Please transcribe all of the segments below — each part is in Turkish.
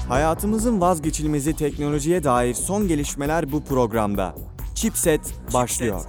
Hayatımızın vazgeçilmezi teknolojiye dair son gelişmeler bu programda. Chipset başlıyor.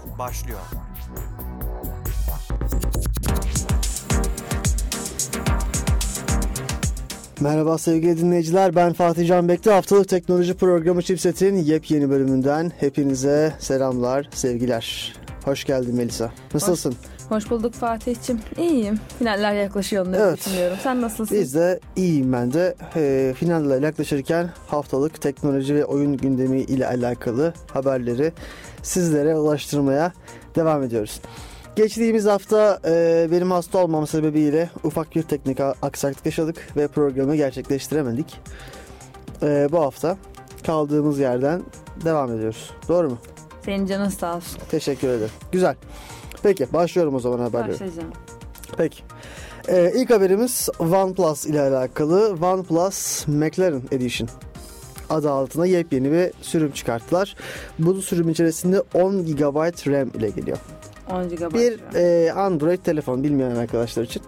Merhaba sevgili dinleyiciler, ben Fatih Can Bekli. Haftalık teknoloji programı Chipset'in yepyeni bölümünden hepinize selamlar, sevgiler. Hoş geldin Melisa. Nasılsın? Hoş bulduk Fatih'cim. İyiyim. Finaller yaklaşıyor onları düşünüyorum. Sen nasılsın? Biz de iyiyim ben de. Finaller yaklaşırken haftalık teknoloji ve oyun gündemi ile alakalı haberleri sizlere ulaştırmaya devam ediyoruz. Geçtiğimiz hafta benim hasta olmam sebebiyle ufak bir teknik aksaklık yaşadık ve programı gerçekleştiremedik. Bu hafta kaldığımız yerden devam ediyoruz. Doğru mu? Senin canın sağ olsun. Teşekkür ederim. Güzel. Peki başlıyorum o zaman haberlere. Başlayacağım. Peki. İlk haberimiz OnePlus ile alakalı. OnePlus McLaren Edition adı altında yepyeni bir sürüm çıkarttılar. Bu sürüm içerisinde 10 GB RAM ile geliyor. 10 GB bir Android telefon bilmeyen arkadaşlar için.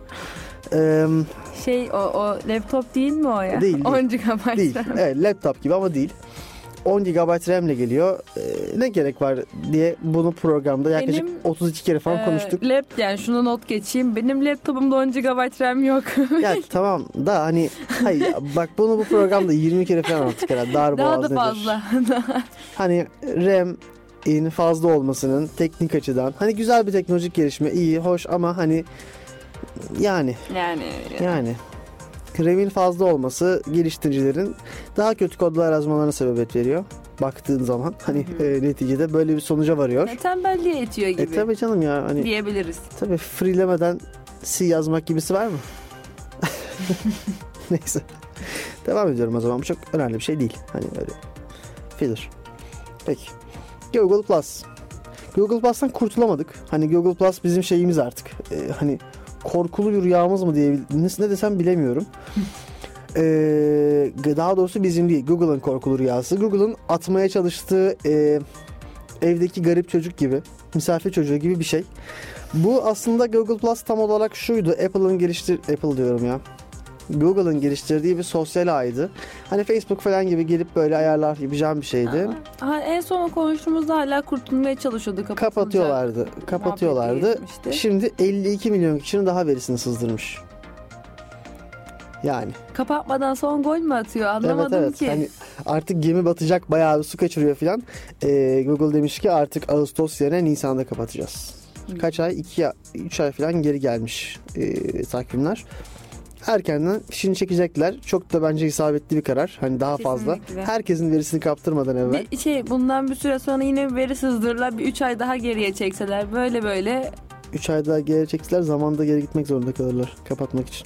O laptop değil mi o ya? Değil. 10 GB değil. RAM. Evet, laptop gibi ama değil. 10 GB RAM ile geliyor. Ne gerek var diye bunu programda yaklaşık 32 kere falan konuştuk. Yani şunu not geçeyim. Benim laptopumda 10 GB RAM yok. Ya tamam da hani hayır bak bunu bu programda 20 kere falan anlattık herhalde. Daha da fazla. Hani RAM'in fazla olmasının teknik açıdan hani güzel bir teknolojik gelişme, iyi, hoş ama hani yani RAM'in fazla olması geliştiricilerin daha kötü kodlar yazmalarına sebebiyet veriyor. Baktığın zaman hani neticede böyle bir sonuca varıyor. Tembelliğe itiyor gibi. Tabii canım ya. Hani, diyebiliriz. Tabii freelemeden C yazmak gibisi var mı? Neyse. Devam ediyorum o zaman. Bu çok önemli bir şey değil. Hani öyle filler. Peki. Google Plus. Google Plus'tan kurtulamadık. Hani Google Plus bizim şeyimiz artık. Hani korkulu bir rüyamız mı diyebiliriz, ne desem bilemiyorum. Daha doğrusu bizim değil, Google'ın korkulu rüyası. Google'ın atmaya çalıştığı evdeki garip çocuk gibi, misafir çocuğu gibi bir şey. Bu aslında Google Plus tam olarak şuydu. Google'ın geliştirdiği bir sosyal ağydı. Hani Facebook falan gibi gelip böyle ayarlar yapacağım bir şeydi. En son konuştuğumuzda hala kurtulmaya çalışıyordu. Kapatıyorlardı. Şimdi 52 milyon kişinin daha verisini sızdırmış. Yani. Kapatmadan son gol mü atıyor? Anlamadım ki. Hani artık gemi batacak, bayağı bir su kaçırıyor falan. Google demiş ki artık Ağustos yerine Nisan'da kapatacağız. Kaç ay? 3 ay falan geri gelmiş takvimler. Erkenden fişini çekecekler. Çok da bence isabetli bir karar. Hani daha fazla. Herkesin verisini kaptırmadan evvel. Bundan bir süre sonra yine bir veri sızdırırlar. Bir 3 ay daha geriye çekseler. Böyle. 3 ay daha geri çekseler zamanda geri gitmek zorunda kalırlar. Kapatmak için.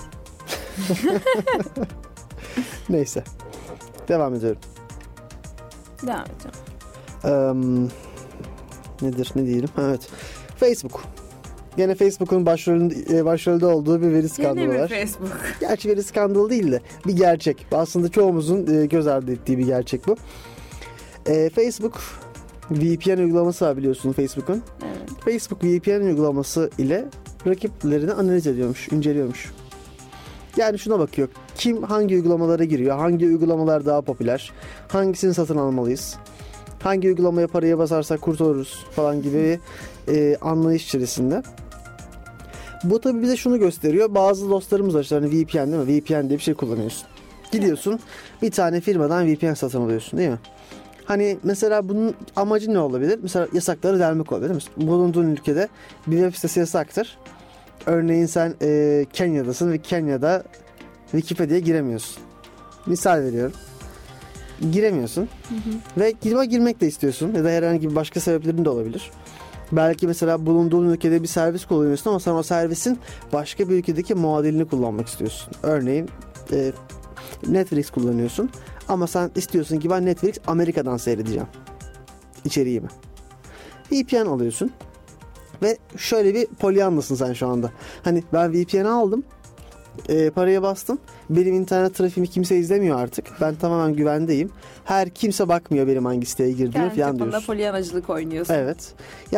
Neyse. Devam ediyorum. Devam edeceğim. Ne diyelim? Evet. Facebook. Gene Facebook'un başrolde olduğu bir veri skandalı var. Yine mi Facebook? Gerçi veri skandalı değil de bir gerçek. Aslında çoğumuzun göz ardı ettiği bir gerçek bu. Facebook VPN uygulaması var biliyorsun Facebook'un. Evet. Facebook VPN uygulaması ile rakiplerini analiz ediyormuş, inceliyormuş. Yani şuna bakıyor. Kim hangi uygulamalara giriyor? Hangi uygulamalar daha popüler? Hangisini satın almalıyız? Hangi uygulamaya paraya basarsak kurtuluruz falan gibi anlayış içerisinde. Bu tabii bize şunu gösteriyor. Bazı dostlarımız var. Hani VPN değil mi? VPN diye bir şey kullanıyorsun. Gidiyorsun bir tane firmadan VPN satın alıyorsun değil mi? Hani mesela bunun amacı ne olabilir? Mesela yasakları delmek olabilir değil mi? Bulunduğun ülkede bir web sitesi yasaktır. Örneğin sen Kenya'dasın ve Kenya'da Wikipedia'ya giremiyorsun. Misal veriyorum. Giremiyorsun. Ve girmek de istiyorsun ya da herhangi bir başka sebeplerin de olabilir. Belki mesela bulunduğun ülkede bir servis kullanıyorsun ama sen o servisin başka bir ülkedeki muadilini kullanmak istiyorsun. Örneğin Netflix kullanıyorsun ama sen istiyorsun ki ben Netflix Amerika'dan seyredeceğim içeriğimi. VPN alıyorsun ve şöyle bir polyanlısın sen şu anda. Hani ben VPN'i aldım, paraya bastım. Benim internet trafiğimi kimse izlemiyor artık. Ben tamamen güvendeyim. Kimse bakmıyor benim hangi siteye girdiğime falan diyorsun. Kendi polyanacılık oynuyorsun. Evet. Yani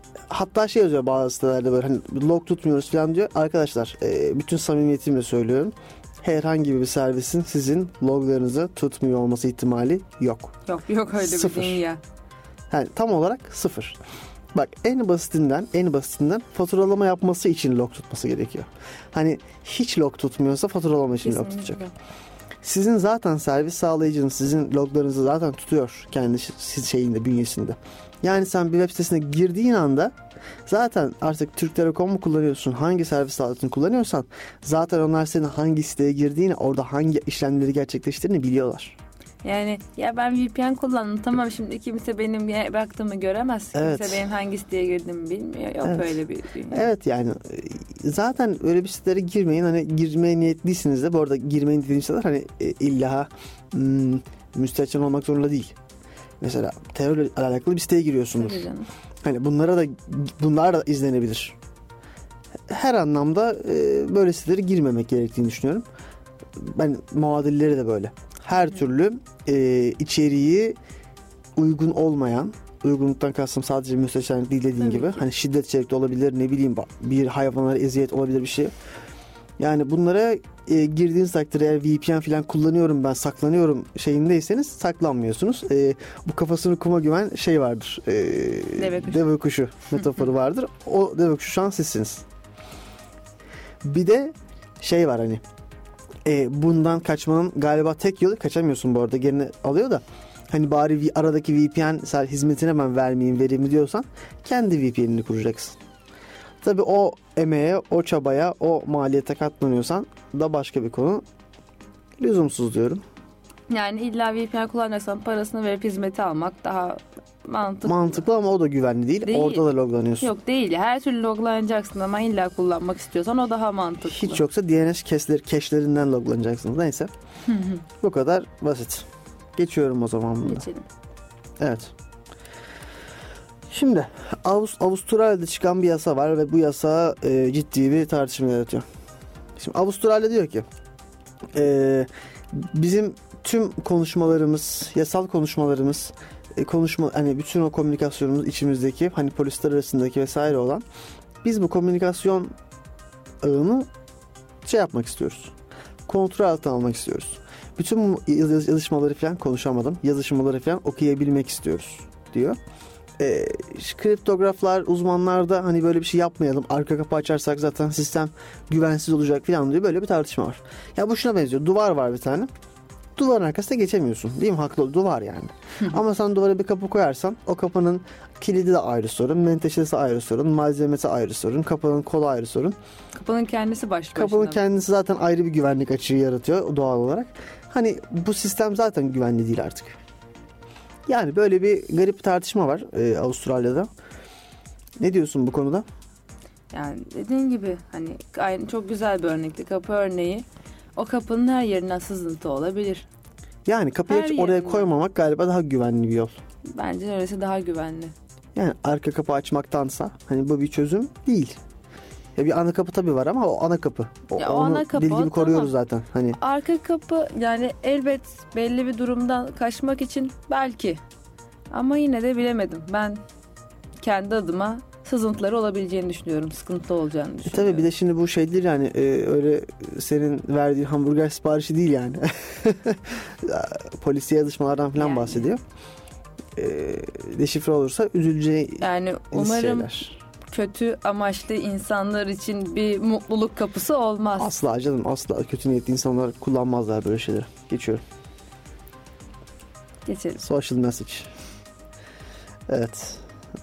Hatta şey yazıyor bazı sitelerde böyle hani log tutmuyoruz falan diyor. Arkadaşlar bütün samimiyetimle söylüyorum. Herhangi bir servisin sizin loglarınızı tutmuyor olması ihtimali yok. Yok öyle Sıfır. bir dünya. Yani tam olarak sıfır. Bak en basitinden faturalama yapması için log tutması gerekiyor. Hani hiç log tutmuyorsa faturalama için log tutacak. Sizin zaten servis sağlayıcınız sizin loglarınızı zaten tutuyor kendi şeyinde, bünyesinde. Yani sen bir web sitesine girdiğin anda zaten artık Türk Telekom mu kullanıyorsun, hangi servis aletini kullanıyorsan zaten onlar senin hangi siteye girdiğini, orada hangi işlemleri gerçekleştirdiğini biliyorlar. Yani ya ben VPN kullandım, tamam, şimdi kimse benim baktığımı göremez. Evet. Kimse benim hangi siteye girdiğimi bilmiyor. Yok Evet. öyle bir dünya. Evet yani zaten öyle bir sitelere girmeyin. Hani girmeye niyetliyseniz de bu arada girmeyin dediğim siteler hani illa müstehcen olmak zorunda değil. Mesela terörle alakalı bir siteye giriyorsundur. Tabii canım. Hani bunlar da izlenebilir. Her anlamda böyle sitelere girmemek gerektiğini düşünüyorum. Ben muadilleri de böyle. Her türlü içeriği uygun olmayan, uygunluktan kastım sadece müstehcen değil dediğin Tabii gibi. ki. Hani şiddet içerikli olabilir, ne bileyim bir hayvanlara eziyet olabilir bir şey. Yani bunlara girdiğiniz takdirde eğer VPN falan kullanıyorum ben, saklanıyorum şeyindeyseniz saklanmıyorsunuz. Bu kafasını kuma güven şey vardır. Deve kuşu metaforu vardır. O deve kuşu şu an sizsiniz. Bir de şey var hani bundan kaçmanın galiba tek yolu, kaçamıyorsun bu arada, gene alıyor da hani bari aradaki VPN hizmetine ben vereyim diyorsan kendi VPN'ini kuracaksın. Tabii o emeğe, o çabaya, o maliyete katlanıyorsan da başka bir konu. Lüzumsuz diyorum. Yani illa VPN kullanırsan parasını verip hizmeti almak daha mantıklı. Mantıklı ama o da güvenli değil. Orada da loglanıyorsun. Yok değil. Her türlü loglanacaksın ama illa kullanmak istiyorsan o daha mantıklı. Hiç yoksa DNS cache'lerinden loglanacaksınız. Neyse. Bu kadar basit. Geçiyorum o zaman bunda. Geçelim. Evet. Şimdi Avustralya'da çıkan bir yasa var ve bu yasa ciddi bir tartışma yaratıyor. Şimdi Avustralya diyor ki bizim tüm konuşmalarımız, yasal konuşmalarımız, hani bütün o komünikasyonumuz içimizdeki, hani polisler arasındaki vesaire olan, biz bu komünikasyon ağını şey yapmak istiyoruz. Kontrol altına almak istiyoruz. Bütün yazışmaları falan konuşamadım. Yazışmaları falan okuyabilmek istiyoruz diyor. Kriptograflar, uzmanlar da hani böyle bir şey yapmayalım, arka kapı açarsak zaten sistem güvensiz olacak falan diyor. Böyle bir tartışma var. Ya bu şuna benziyor. Duvar var bir tane. Duvarın arkasına geçemiyorsun. Değil mi? Haklı, duvar yani. Ama sen duvara bir kapı koyarsan o kapının kilidi de ayrı sorun, menteşesi ayrı sorun, malzemesi ayrı sorun, kapının kolu ayrı sorun. Kapının kendisi başlı Kapının başına. kendisi zaten ayrı bir güvenlik açığı yaratıyor doğal olarak. Hani bu sistem zaten güvenli değil artık. Yani böyle bir garip bir tartışma var Avustralya'da. Ne diyorsun bu konuda? Yani dediğin gibi hani aynı çok güzel bir örnekti kapı örneği. O kapının her yerinden sızıntı olabilir. Yani kapıyı Her oraya yerinden. koymamak galiba daha güvenli bir yol. Bence öylesi daha güvenli. Yani arka kapı açmaktansa hani bu bir çözüm değil. Ya bir ana kapı tabii var ama o ana kapı. Ya o onu ana kapı, deli gibi o koruyoruz tamam. zaten. Hani Arka kapı yani elbet belli bir durumdan kaçmak için belki. Ama yine de bilemedim. Ben kendi adıma sızıntıları olabileceğini düşünüyorum. Sıkıntı olacağını düşünüyorum. tabii bir de şimdi bu şeydir yani öyle senin verdiğin hamburger siparişi değil yani. Polisiye yazışmalardan falan Yani. bahsediyor. Deşifre olursa üzüleceği Yani umarım şeyler. kötü amaçlı insanlar için bir mutluluk kapısı olmaz. Asla canım, asla kötü niyetli insanlar kullanmazlar böyle şeyleri. Geçiyorum. Geçelim. Social message. Evet.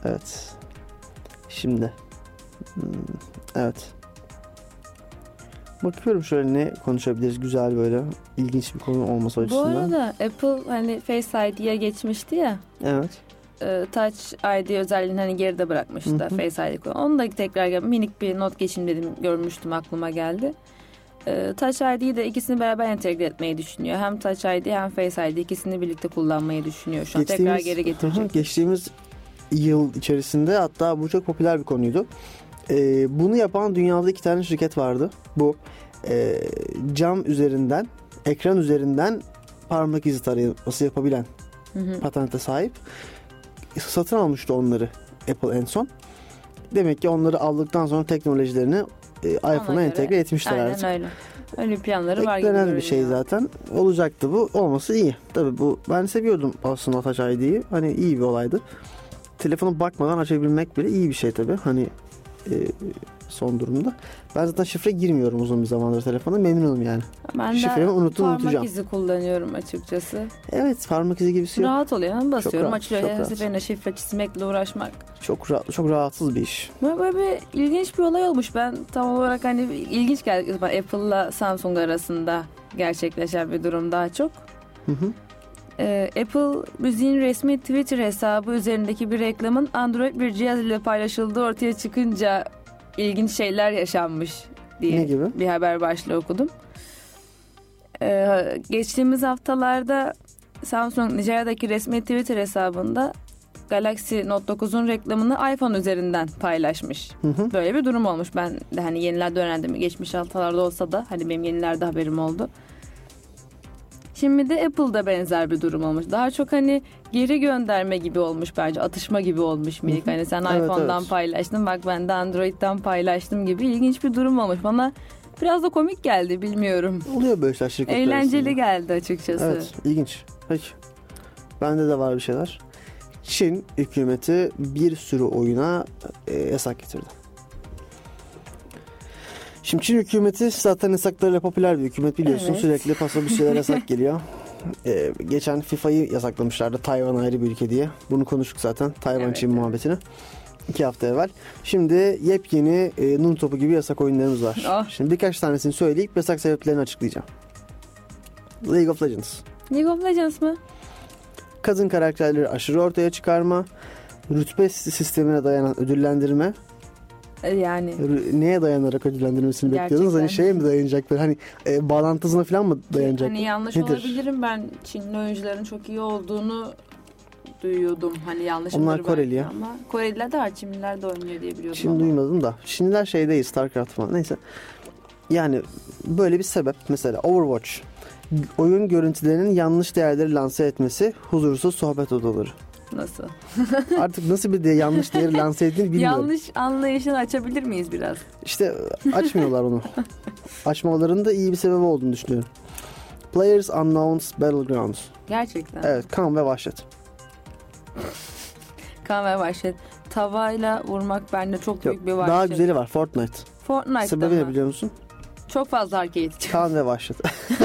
Şimdi. Evet. Bakıyorum şöyle ne konuşabiliriz, güzel böyle ilginç bir konu olması Bu açısından. arada Apple hani Face ID'ye geçmişti ya. Evet. Touch ID özelliğini hani geride bırakmıştı. Hı hı. Face ID. Onu da tekrar minik bir not geçeyim dedim. Görmüştüm, aklıma geldi. Touch ID'yi de ikisini beraber entegre etmeyi düşünüyor. Hem Touch ID hem Face ID ikisini birlikte kullanmayı düşünüyor. Şu an tekrar geri getirecek. Geçtiğimiz yıl içerisinde hatta bu çok popüler bir konuydu. Bunu yapan dünyada 2 tane şirket vardı. Bu cam üzerinden, ekran üzerinden parmak izi taraması yapabilen patente sahip. Satın almıştı onları Apple en son. Demek ki onları aldıktan sonra teknolojilerini iPhone'a entegre etmişler aynen artık. öyle. Öyle planları var gibi Beklenen bir şey görünüyor. zaten. Olacaktı bu. Olması iyi. Tabii bu ben seviyordum aslında Touch ID'yi. Hani iyi bir olaydı. Telefona bakmadan açabilmek bile iyi bir şey tabii. Hani son durumda. Ben zaten şifre girmiyorum uzun bir zamandır telefona. Memnunum yani. Ben Şifremi de unutacağım. parmak izi kullanıyorum açıkçası. Evet, parmak izi gibisi yok. Rahat oluyor. Hemen basıyorum, rahat, açılıyor. çok Her rahat. seferinde şifre çizmekle uğraşmak. Çok rahatsız bir iş. Böyle bir ilginç bir olay olmuş. Ben tam olarak hani ilginç geldi. Apple'la Samsung arasında gerçekleşen bir durum daha çok. Hı hı. Apple müziğin resmi Twitter hesabı üzerindeki bir reklamın Android bir cihaz ile paylaşıldığı ortaya çıkınca ilginç şeyler yaşanmış diye Ne gibi? bir haber başlığı okudum. Geçtiğimiz haftalarda Samsung Nijerya'daki resmi Twitter hesabında Galaxy Note 9'un reklamını iPhone üzerinden paylaşmış. Hı hı. Böyle bir durum olmuş. Ben de hani yenilerde öğrendim. Geçmiş haftalarda olsa da hani benim yenilerde haberim oldu. Şimdi de Apple'da benzer bir durum olmuş. Daha çok hani geri gönderme gibi olmuş bence. Atışma gibi olmuş minik. Hani sen Evet, iPhone'dan evet. paylaştın, bak ben de Android'den paylaştım gibi ilginç bir durum olmuş. Bana biraz da komik geldi, bilmiyorum. Oluyor böyle şeyler şirketler Eğlenceli arasında. geldi açıkçası. Evet, ilginç. Peki. Bende de var bir şeyler. Çin hükümeti bir sürü oyuna yasak getirdi. Şimdi Çin hükümeti zaten yasaklarıyla popüler bir hükümet, biliyorsun. Evet. Sürekli paso bir şeyler yasak geliyor. Geçen FIFA'yı yasaklamışlardı, Tayvan ayrı bir ülke diye. Bunu konuştuk zaten, Tayvan-Çin Evet. muhabbetini. 2 hafta evvel. Şimdi yepyeni Nun topu gibi yasak oyunlarımız var. Oh. Şimdi birkaç tanesini söyleyip yasak sebeplerini açıklayacağım. League of Legends. League of Legends mı? Kadın karakterleri aşırı ortaya çıkarma, rütbe sistemine dayanan ödüllendirme. Yani Neye dayanarak ödüllendirmesini bekliyordunuz? Hani Gerçekten. şeye mi dayanacak böyle, hani bağlantısına falan mı dayanacak? hani yanlış Nedir? olabilirim, ben Çinli oyuncuların çok iyi olduğunu duyuyordum. Hani yanlışımdır Onlar belki Koreli ya. ama Koreliler de var, Çinliler de oynuyor diye biliyordum. Şimdi ama. duymadım da. Şimdiler şeydeyiz, StarCraft falan. Neyse. Yani böyle bir sebep. Mesela Overwatch. Oyun görüntülerinin yanlış değerleri lanse etmesi, huzursuz sohbet odaları. Nasıl? Artık nasıl bir yanlış değeri lanse ettiğini bilmiyorum. Yanlış anlayışını açabilir miyiz biraz? İşte açmıyorlar onu. Açmalarının da iyi bir sebebi olduğunu düşünüyorum. Players Unknown's Battlegrounds. Gerçekten. Evet, kan ve vahşet. Kan ve vahşet. Tavayla vurmak bende çok Yok, büyük bir vahşet. daha güzeli var, Fortnite. Fortnite'da Sebebi ne mı? biliyor musun? Çok fazla arcade. Kan ve vahşet.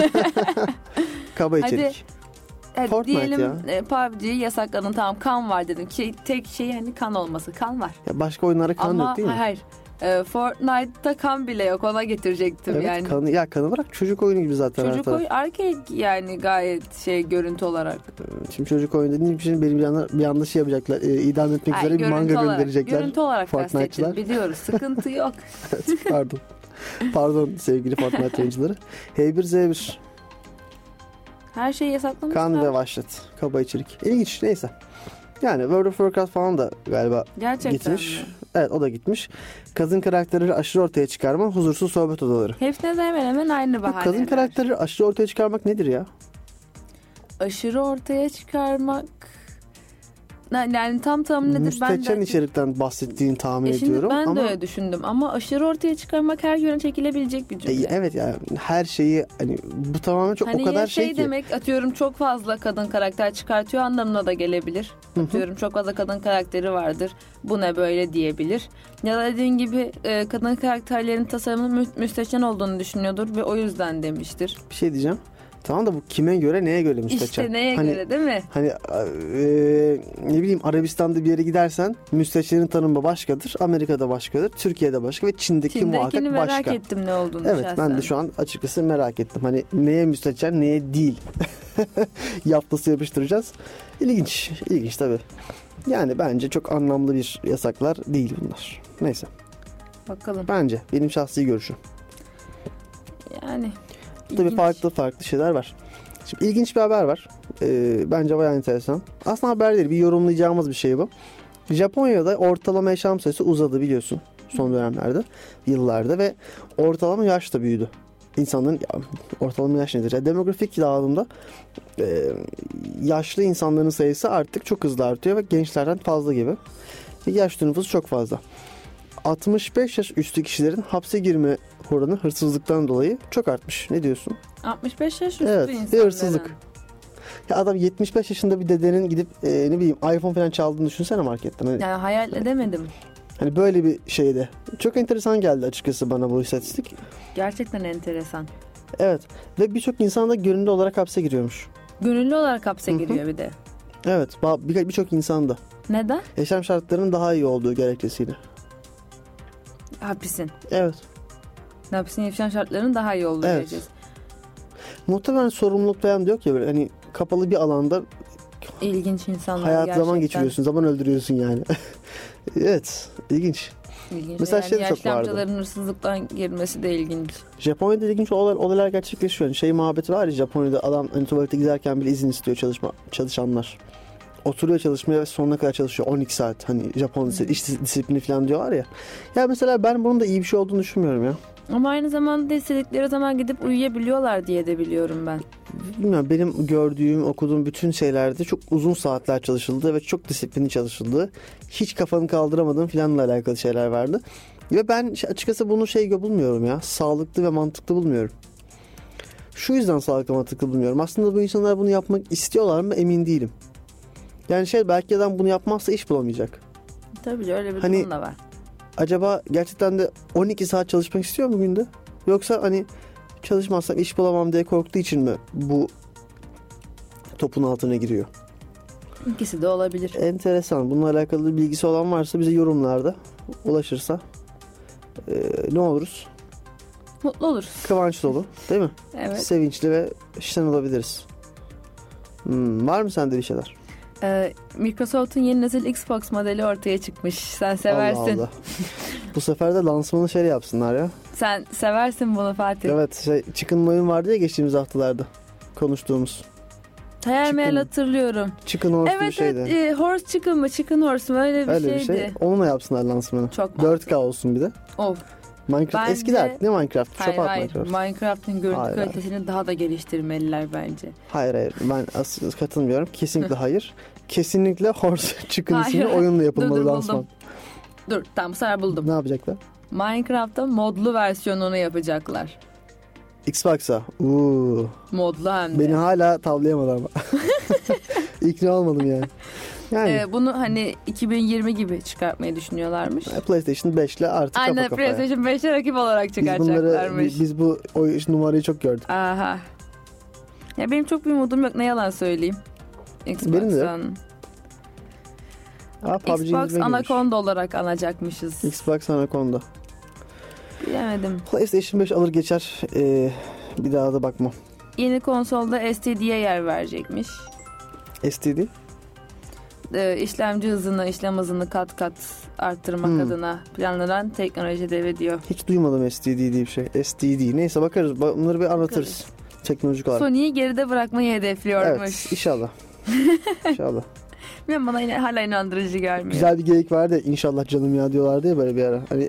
Kaba içerik. Hadi Fortnite diyelim PUBG'yi yasakladın, tamam, kan var dedim ki tek şey hani kan olması, kan var. Ya başka oyunlarda kan Ama yok değil mi? hayır. Fortnite'da kan bile yok, ona getirecektim Evet, yani. kanı bırak, çocuk oyunu gibi zaten. Çocuk her oyun arcade yani gayet görüntü olarak. taraf. Şimdi çocuk oyunu dediğim için benim bir anda şey yapacaklar. İdam etmek Hayır, üzere bir görüntü manga olarak, gönderecekler. görüntü olarak Fortnite'çılar. kastettim, biliyoruz, sıkıntı yok. Evet, pardon. Pardon sevgili Fortnite oyuncuları. H1Z1. Her şeyi yasaklamışlar. Kan ve vahşet. Kaba içerik. İlginç, neyse. Yani World of Warcraft falan da galiba Gerçekten gitmiş. mi? Evet, o da gitmiş. Kadın karakterleri aşırı ortaya çıkarma, huzursuz sohbet odaları. Hepsine de hemen hemen aynı Bu bahaneler. kadın karakterleri aşırı ortaya çıkarmak nedir ya? Aşırı ortaya çıkarmak... Yani tam nedir? Müstehcen içerikten bahsettiğini tahmin Şimdi ediyorum. ben de ama öyle düşündüm ama aşırı ortaya çıkarmak her yöne çekilebilecek bir cümle. evet yani her şeyi, hani bu tamamen çok Hani o kadar ya şey ki. demek, atıyorum çok fazla kadın karakter çıkartıyor anlamına da gelebilir. Atıyorum çok fazla kadın karakteri vardır. Bu ne böyle diyebilir. Ya da dediğin gibi kadın karakterlerin tasarımının müstehcen olduğunu düşünüyordur ve o yüzden demiştir. Bir şey diyeceğim. Tamam da bu kime göre, neye göre müstehcen? İşte neye Hani- göre, değil mi? Hani ne bileyim, Arabistan'da bir yere gidersen müstehcenin tanımı başkadır. Amerika'da başkadır. Türkiye'de başka ve Çin'deki muhakkak Çin'dekini merak başka. ettim ne olduğunu Evet, şahsen. ben de şu an açıkçası merak ettim. Hani neye müstehcen, neye değil. Yaftası yapıştıracağız. İlginç tabii. Yani bence çok anlamlı bir yasaklar değil bunlar. Neyse. Bakalım. Bence. Benim şahsi görüşüm. Yani. Tabii ilginç. farklı şeyler var. Şimdi ilginç bir haber var. Bence bayağı enteresan. Aslında haber değil, bir yorumlayacağımız bir şey bu. Japonya'da ortalama yaşam süresi uzadı, biliyorsun. Son dönemlerde, yıllarda, ve ortalama yaş da büyüdü. İnsanların ortalama yaş nedir? Yani demografik dağılımda yaşlı insanların sayısı artık çok hızlı artıyor ve gençlerden fazla gibi. Ve yaş nüfusu çok fazla. 65 yaş üstü kişilerin hapse girme oranı hırsızlıktan dolayı çok artmış. Ne diyorsun? 65 yaş üstü Evet, insanların. bir hırsızlık. Ya adam 75 yaşında bir dedenin gidip ne bileyim iPhone falan çaldığını düşünsene marketten. Yani hayal edemedim. Hani böyle bir şeyde. Çok enteresan geldi açıkçası bana bu istatistik. Gerçekten enteresan. Evet. Ve birçok insan da gönüllü olarak hapse giriyormuş. Gönüllü olarak hapse giriyor bir de. Evet. Birçok insan da. Neden? Yaşam şartlarının daha iyi olduğu gerekçesiyle. Hapisin. Evet. Hapisin yaşam şartlarının daha iyi olduğu Evet. gerekçesi. Muhtemelen sorumluluk falan da yok ya böyle hani kapalı bir alanda İlginç insanlar hayat gerçekten. zaman geçiriyorsun, zaman öldürüyorsun yani. Evet, ilginç. İlginç. Mesela yani şey de çok yaşlı vardı. amcaların hırsızlıktan girmesi de ilginç. Japonya'da ilginç olaylar gerçekleşiyor. Yani şey muhabbeti var ya Japonya'da adam hani tuvalete giderken bile izin istiyor çalışanlar. Oturuyor çalışmaya ve sonuna kadar çalışıyor 12 saat. Hani Japon iş disiplini falan diyorlar ya. Ya mesela ben bunun da iyi bir şey olduğunu düşünmüyorum ya. Ama aynı zamanda istedikleri zaman gidip uyuyabiliyorlar diye de biliyorum ben. Bilmiyorum benim gördüğüm, okuduğum bütün şeylerde çok uzun saatler çalışıldı ve çok disiplinli çalışıldı. Hiç kafanı kaldıramadığım falanla alakalı şeyler vardı. Ve ben açıkçası bunu bulmuyorum ya. Sağlıklı ve mantıklı bulmuyorum. Şu yüzden sağlıklı mantıklı bulmuyorum. Aslında bu insanlar bunu yapmak istiyorlar mı emin değilim. Yani belki adam bunu yapmazsa iş bulamayacak. Tabii öyle bir Hani- durum da var. Acaba gerçekten de 12 saat çalışmak istiyor mu günde? Yoksa hani çalışmazsam iş bulamam diye korktuğu için mi bu topun altına giriyor? İkisi de olabilir. Enteresan. Bununla alakalı bir bilgisi olan varsa bize yorumlarda ulaşırsa ne oluruz? Mutlu oluruz. Kıvanç dolu değil mi? Evet. Sevinçli ve şen olabiliriz. Var mı sende bir şeyler? Microsoft'un yeni nesil Xbox modeli ortaya çıkmış. Sen seversin. Allah Allah. Bu sefer de lansmanı yapsınlar ya. Sen seversin bunu Fatih. Evet Chicken oyun vardı ya geçtiğimiz haftalarda konuştuğumuz. Hayal meyal Chicken- hatırlıyorum. Chicken Horse Evet bir şeydi. evet. Horse Chicken mı? Chicken Horse mu? Öyle bir Öyle şeydi. bir şey. Onunla yapsınlar lansmanı. Çok 4K olsun bir de. Of. Minecraft Bence- eskiler. Ne Minecraft? Hayır Çöpe at hayır. Minecraft. Minecraft'ın görüntü Hayır, kalitesini daha da geliştirmeliler bence. Hayır. Ben asla katılmıyorum. Kesinlikle hayır. Kesinlikle Horse Chicken Hayır, isimli hayır. oyunla yapılmalı Dur, lansman. buldum. Dur tamam bu sefer buldum. Ne yapacaklar? Minecraft'ta modlu versiyonunu yapacaklar. Xbox'a. Modlu hem de. Beni hala tavlayamadı ama. İkna olmadım yani. Yani Bunu hani 2020 gibi çıkartmayı düşünüyorlarmış. PlayStation 5 ile artık Aynen kafa kafaya. PlayStation 5'e rakip olarak Biz bunları, çıkaracaklarmış. biz bu numarayı çok gördük. Aha. Ya benim çok bir umudum yok ne yalan söyleyeyim. Benim de yok. Xbox'tan. PUBG Xbox İngilizce girmiş. Anaconda olarak anacakmışız. Xbox Anaconda. Bilemedim. PlayStation 5 alır geçer. Bir daha da bakmam. Yeni konsolda SSD'ye yer verecekmiş. STD. İşlemci hızını, işlem hızını kat kat arttırmak adına planlanan teknoloji dev diyor. Hiç duymadım STD diye bir şey. STD. Neyse bakarız. Bunları bir anlatırız. Teknolojik olarak. Sony'yi geride bırakmayı hedefliyormuş. Evet inşallah. İnşallah. Ben bana yine hala inandırıcı gelmiyor. Güzel bir geyik vardı ya inşallah canım ya diyorlardı ya böyle bir ara. Hani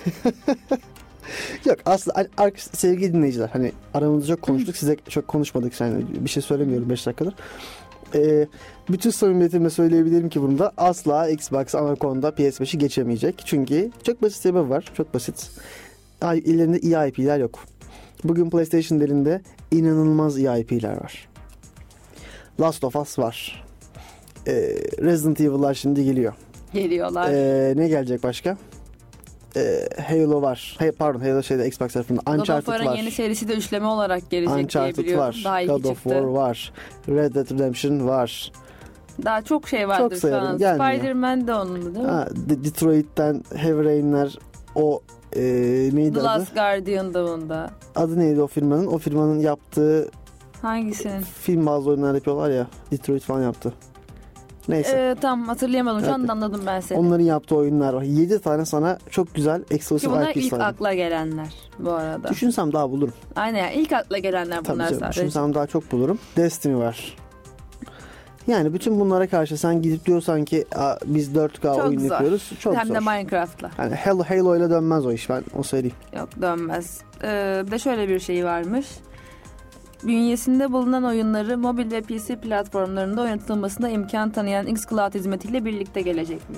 yok aslında sevgili dinleyiciler hani aramızda çok konuştuk size çok konuşmadık yani bir şey söylemiyorum 5 dakikadır. Bütün samimiyetimle söyleyebilirim ki bunda asla Xbox Anaconda PS5'i geçemeyecek. Çünkü çok basit sebebi var. Çok basit. İlerinde iyi IP'ler yok. Bugün PlayStation'ın elinde inanılmaz iyi IP'ler var. Last of Us var. Resident Evil'lar şimdi geliyor. Geliyorlar. Ne gelecek başka? Halo var. Halo Xbox tarafında. God of Uncharted War'ın var. yeni serisi de üçleme olarak gelecek diye Uncharted biliyorum. var. Daha iki God of çıktı. War var. Red Dead Redemption var. Daha çok şey vardır şu sayarım, an. gelmiyor. Spider-Man de onun değil mi? Detroit'ten Heavy Rain'ler neydi The adı? Last Guardian da onda. Adı neydi o firmanın? O firmanın yaptığı Hangisinin? film bazı oyunlar yapıyorlar ya. Detroit falan yaptı. Neyse. Tam hatırlayamadım. Şu Evet. anda anladım ben seni. Onların yaptığı oyunlar var. 7 tane sana çok güzel Ki exclusive bunlar IP ilk saydım. akla gelenler bu arada. Düşünsem daha bulurum. Aynen yani ilk akla gelenler Tabii bunlar canım, sadece. düşünsem daha çok bulurum. Destiny var. Yani bütün bunlara karşı sen gidip diyorsan ki biz 4K Çok oyun zor. yapıyoruz. Çok Hem zor. de Minecraft'la. Yani Halo ile dönmez o iş ben o söyleyeyim. Yok dönmez. Bir de şöyle bir şey varmış. Bünyesinde bulunan oyunları mobil ve PC platformlarında oynatılmasına imkan tanıyan xCloud hizmetiyle birlikte gelecekmiş.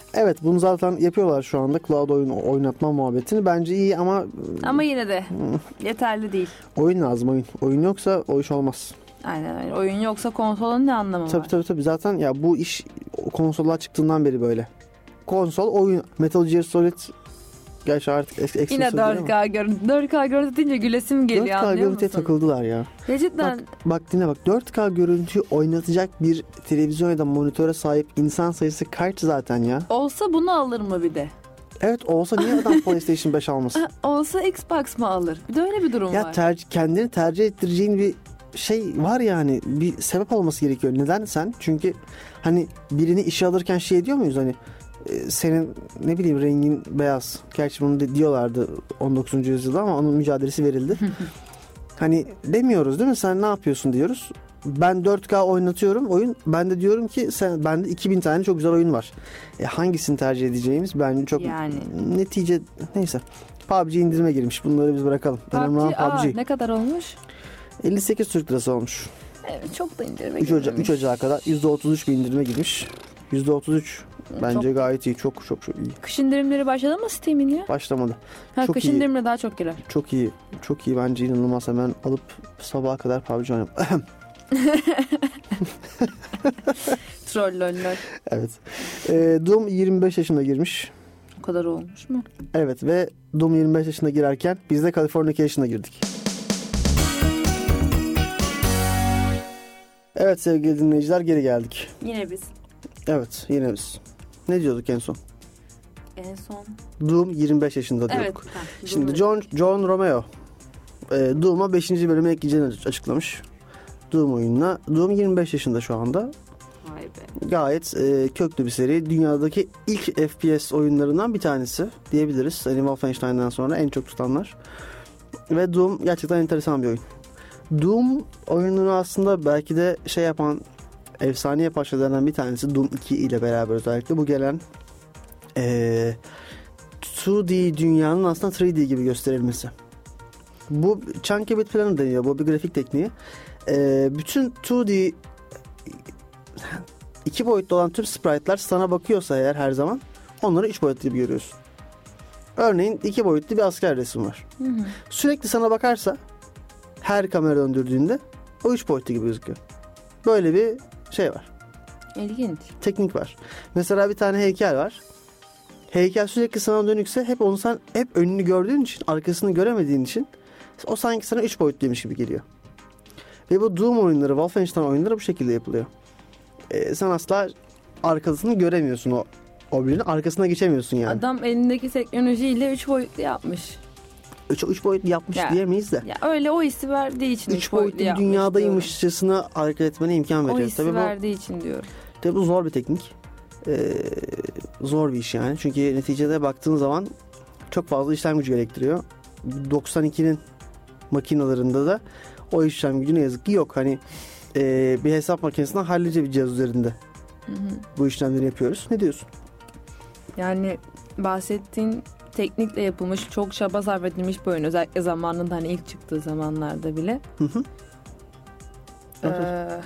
Evet, bunu zaten yapıyorlar şu anda. Cloud oyun oynatma muhabbetini. Bence iyi ama yine de yeterli değil. oyun lazım, oyun. Oyun yoksa o iş olmaz. Aynen öyle. Oyun yoksa konsolun ne anlamı var? Tabii. Zaten ya bu iş konsollar çıktığından beri böyle. Konsol, oyun. Metal Gear Solid gerçi artık eski Yine 4K görüntü. 4K görüntü deyince gülesim geliyor, 4K anlıyor görüntüye musun? takıldılar ya. Ya cidden. Bak dinle bak. 4K görüntüyü oynatacak bir televizyon ya da monitöre sahip insan sayısı kaç zaten ya? Olsa bunu alır mı bir de? Evet, olsa niye adam PlayStation 5 almasın? Olsa Xbox mı alır? Bir de öyle bir durum Ya var. kendini tercih ettireceğin bir şey var yani, bir sebep olması gerekiyor. Neden sen? Çünkü hani birini işe alırken şey diyor muyuz hani senin ne bileyim rengin beyaz. Gerçi bunu diyorlardı 19. yüzyılda ama onun mücadelesi verildi. Hani demiyoruz değil mi? Sen ne yapıyorsun diyoruz. Ben 4K oynatıyorum oyun. Ben de diyorum ki bende 2000 tane çok güzel oyun var. Hangisini tercih edeceğimiz bence çok netice neyse. PUBG indirime girmiş. Bunları biz bırakalım. PUBG. Ne kadar olmuş? 58 Türk Lirası olmuş. Evet, çok da indirime 3 Ocak'a kadar %33 bir indirime girmiş. %33 bence gayet iyi. Çok iyi. Kış indirimleri başladı mı Steam'in ya? Başlamadı. Çok kış indirimleri daha çok girer. Çok iyi. Çok iyi bence, inanılmaz. Hemen alıp sabaha kadar PUBG oynayalım. Troll. Evet. Doom 25 yaşına girmiş. O kadar olmuş mu? Evet ve Doom 25 yaşına girerken biz de Californication'a girdik. Evet sevgili dinleyiciler, geri geldik. Yine biz. Evet, yine biz. Ne diyorduk en son? En son. Doom 25 yaşında diyorduk. Evet. Ha, şimdi John Romeo Doom'a 5. bölümü ekleyeceğini açıklamış. Doom oyununa. Doom 25 yaşında şu anda. Vay be. Gayet köklü bir seri. Dünyadaki ilk FPS oyunlarından bir tanesi diyebiliriz. Hani Wolfenstein'den sonra en çok tutanlar. Ve Doom gerçekten enteresan bir oyun. Doom oyununu aslında belki de şey yapan, efsane yapan şeylerden bir tanesi Doom 2 ile beraber özellikle bu gelen 2D dünyanın aslında 3D gibi gösterilmesi. Bu chunky bit planı deniyor. Bu bir grafik tekniği. Bütün 2D 2 boyutlu olan tüm sprite'lar sana bakıyorsa eğer her zaman onları 3 boyutlu gibi görüyorsun. Örneğin 2 boyutlu bir asker resmi var. Hı. Sürekli sana bakarsa her kamera döndürdüğünde o 3 boyutlu gibi gözüküyor. Böyle bir şey var. İlginç. Teknik var. Mesela bir tane heykel var. Heykel sürekli sana dönükse hep onu sen hep önünü gördüğün için, arkasını göremediğin için o sanki sana 3 boyutluymuş gibi geliyor. Ve bu Doom oyunları, Wolfenstein oyunları bu şekilde yapılıyor. Sen asla arkasını göremiyorsun o birinin. Arkasına geçemiyorsun yani. Adam elindeki teknolojiyle 3 boyutlu yapmış. 3 boyutlu yapmış diyemeyiz de. Ya öyle o hissi verdiği için 3 boyutlu bir dünyadaymışçasına hareket etmene imkan veriyor. O hissi tabii verdiği için diyorum. Tabii bu zor bir teknik. Zor bir iş yani. Çünkü neticede baktığın zaman çok fazla işlem gücü gerektiriyor. 92'nin makinalarında da o işlem gücü ne yazık ki yok. Hani bir hesap makinesinden hallice bir cihaz üzerinde bu işlemleri yapıyoruz. Ne diyorsun? Yani bahsettiğin teknikle yapılmış, çok çaba sarf edilmiş bir oyun. Özellikle zamanında, hani ilk çıktığı zamanlarda bile. Evet.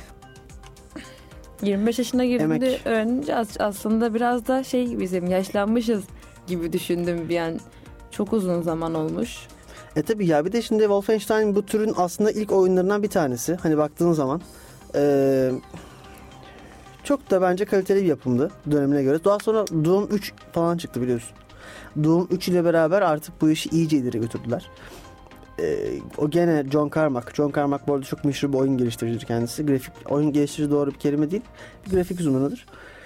25 yaşına girdiğinde öğrenince aslında biraz da bizim yaşlanmışız gibi düşündüm bir an. Çok uzun zaman olmuş. Tabii ya, bir de şimdi Wolfenstein bu türün aslında ilk oyunlarından bir tanesi. Hani baktığın zaman çok da bence kaliteli bir yapımdı dönemine göre. Daha sonra Doom 3 falan çıktı biliyorsun. Doom 3 ile beraber artık bu işi iyice ileri götürdüler. O gene John Carmack. John Carmack bu arada çok meşhur bir oyun geliştiricidir kendisi. Oyun geliştirici doğru bir kelime değil. Bir grafik uzmanıdır.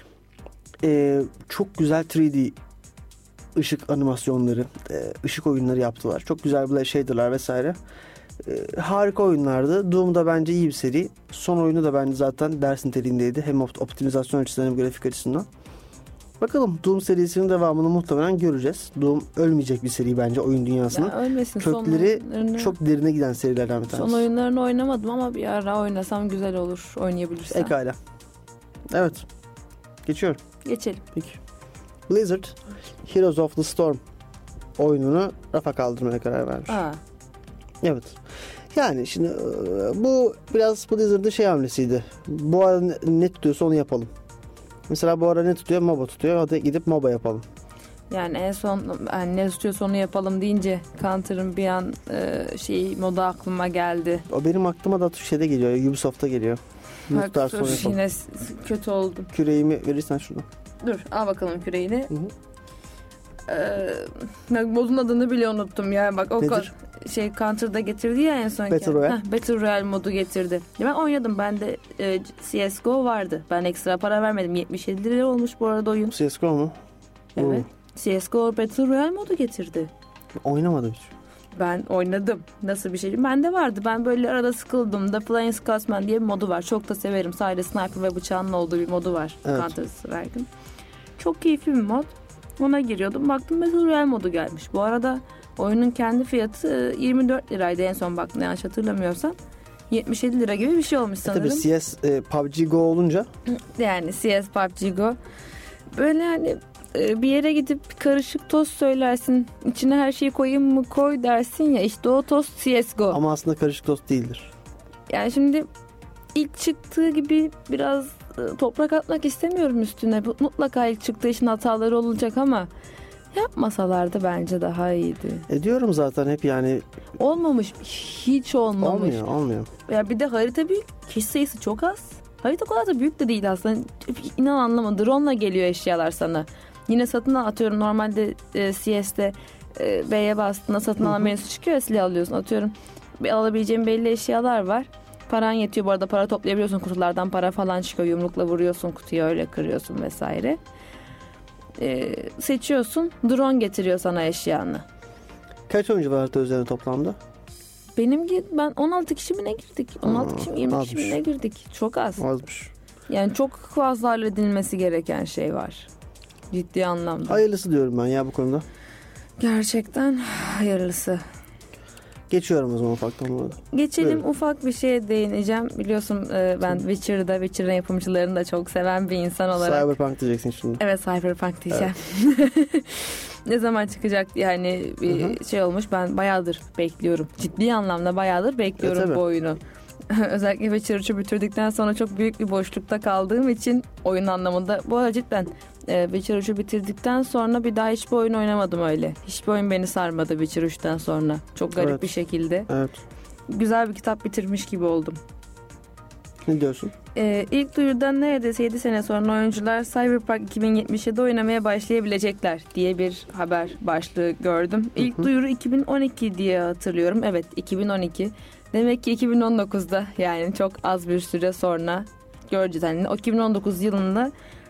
Çok güzel 3D ışık animasyonları, ışık oyunları yaptılar. Çok güzel bir shader'lar vesaire. Harika oyunlardı. Doom da bence iyi bir seri. Son oyunu da bence zaten ders niteliğindeydi. Hem optimizasyon açısından hem grafik açısından. Bakalım, Doom serisinin devamını muhtemelen göreceğiz. Doom ölmeyecek bir seri bence oyun dünyasının. Ya ölmesin. Kökleri çok derine giden serilerden bir tanesi. Son oyunlarını oynamadım ama bir ara oynasam güzel olur, oynayabilirsem. Pekala. Evet. Geçiyorum. Geçelim. Peki. Blizzard Heroes of the Storm oyununu rafa kaldırmaya karar vermiş. Evet. Yani şimdi bu biraz Blizzard'ın hamlesiydi. Bu arada ne tutuyorsa onu yapalım. Mesela bu ara ne tutuyor? MOBA tutuyor. Hadi gidip MOBA yapalım. Yani en son yani ne istiyorsa onu yapalım deyince Counter'ın bir an moda aklıma geldi. O benim aklıma da şeyde geliyor. Ubisoft'ta geliyor. Bak dur, yine kötü oldum. Küreğimi verirsen şuradan. Dur al bakalım küreğini. Modun adını bile unuttum ya. Bak o kadar Counter'da getirdi ya en son. Battle Royale. Battle Royale modu getirdi. Ben oynadım. Bende CSGO vardı. Ben ekstra para vermedim. 77 lira olmuş bu arada oyun. CSGO mu? Evet. CSGO Battle Royale modu getirdi. Oynamadım hiç. Ben oynadım. Nasıl bir şey? Bende vardı. Ben böyle arada sıkıldım. The Flying Scotsman diye bir modu var. Çok da severim. Sadece sniper ve bıçağının olduğu bir modu var. Evet. Counter-Strike'ın. Çok keyifli bir mod. Ona giriyordum. Baktım Battle Royale modu gelmiş. Bu arada oyunun kendi fiyatı 24 liraydı en son baktım. Yanlış hatırlamıyorsam. 77 lira gibi bir şey olmuş sanırım. Tabii CS, PUBG Go olunca. Yani CS, PUBG Go. Böyle yani bir yere gidip karışık tost söylersin. İçine her şeyi koyayım mı koy dersin ya. İşte o tost CSGO. Ama aslında karışık tost değildir. Yani şimdi ilk çıktığı gibi biraz toprak atmak istemiyorum üstüne. Mutlaka ilk çıktığı işin hataları olacak ama yapmasalardı bence daha iyiydi. Diyorum zaten hep yani. Olmamış. Hiç olmamış. Olmuyor. Ya bir de harita büyük. Kişi sayısı çok az. Harita kadar da büyük de değil aslında. İnan anlamadım. Drone'la geliyor eşyalar sana. Yine satın atıyorum. Normalde CS'de B'ye bastığında satın alma menüsü çıkıyor. Silah alıyorsun. Atıyorum. Alabileceğin belli eşyalar var. Paran yetiyor. Bu arada para toplayabiliyorsun. Kutulardan para falan çıkıyor. Yumrukla vuruyorsun kutuya. Öyle kırıyorsun vesaire. Seçiyorsun. Drone getiriyor sana eşyanı. Kaç oyuncu var harita üzerine toplamda? Ben 16 kişi mi ne girdik? 16 kişi mi 20 kişi mi ne girdik? Çok az. Azmış. Yani çok fazla halledilmesi gereken şey var. Ciddi anlamda. Hayırlısı diyorum ben ya bu konuda. Gerçekten hayırlısı. Geçiyorum o zaman ufaktan bunu. Geçelim. Buyurun. Ufak bir şeye değineceğim. Biliyorsun ben Witcher'ın yapımcılarını da çok seven bir insan olarak. Cyberpunk diyeceksin şimdi. Evet, Cyberpunk diyeceğim. Evet. Ne zaman çıkacak yani bir şey olmuş. Ben bayağıdır bekliyorum. Ciddi anlamda bayağıdır bekliyorum bu oyunu. Özellikle Witcher 3'ü bitirdikten sonra çok büyük bir boşlukta kaldığım için oyun anlamında. Bu arada cidden Witcher 3'ü bitirdikten sonra bir daha hiçbir oyun oynamadım öyle. Hiçbir oyun beni sarmadı Witcher 3'ten sonra. Çok garip bir şekilde. Evet. Güzel bir kitap bitirmiş gibi oldum. Ne diyorsun? İlk duyurudan neredeyse 7 sene sonra oyuncular Cyberpunk 2077'de oynamaya başlayabilecekler diye bir haber başlığı gördüm. İlk duyuru 2012 diye hatırlıyorum. Evet, 2012. Demek ki 2019'da yani çok az bir süre sonra göreceğiz. Yani o 2019 yılında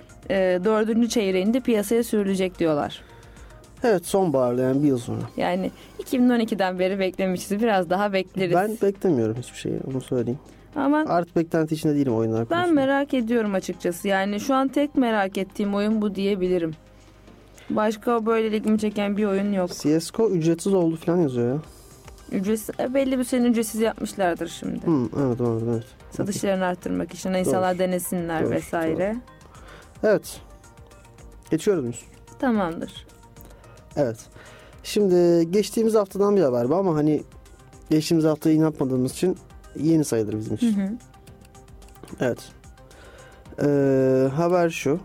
4. çeyreğinde piyasaya sürülecek diyorlar. Evet, sonbaharda yani bir yıl sonra. Yani 2012'den beri beklemişiz. Biraz daha bekleriz. Ben beklemiyorum hiçbir şeyi, onu söyleyeyim. Ama artık beklenti içinde değilim oyunlar konusunda. Ben merak ediyorum açıkçası. Yani şu an tek merak ettiğim oyun bu diyebilirim. Başka böyle ilgimi çeken bir oyun yok. CSGO ücretsiz oldu falan yazıyor ya. Ücretsiz, belli bir sene ücretsiz yapmışlardır şimdi. Evet. Satışlarını arttırmak için insanlar denesinler vesaire. Doğru. Evet. Geçiyoruz muyuz? Tamamdır. Evet. Şimdi geçtiğimiz haftadan bir haber bu ama hani geçtiğimiz haftaya inanmadığımız için yeni sayılır bizim için. Evet. Haber şu.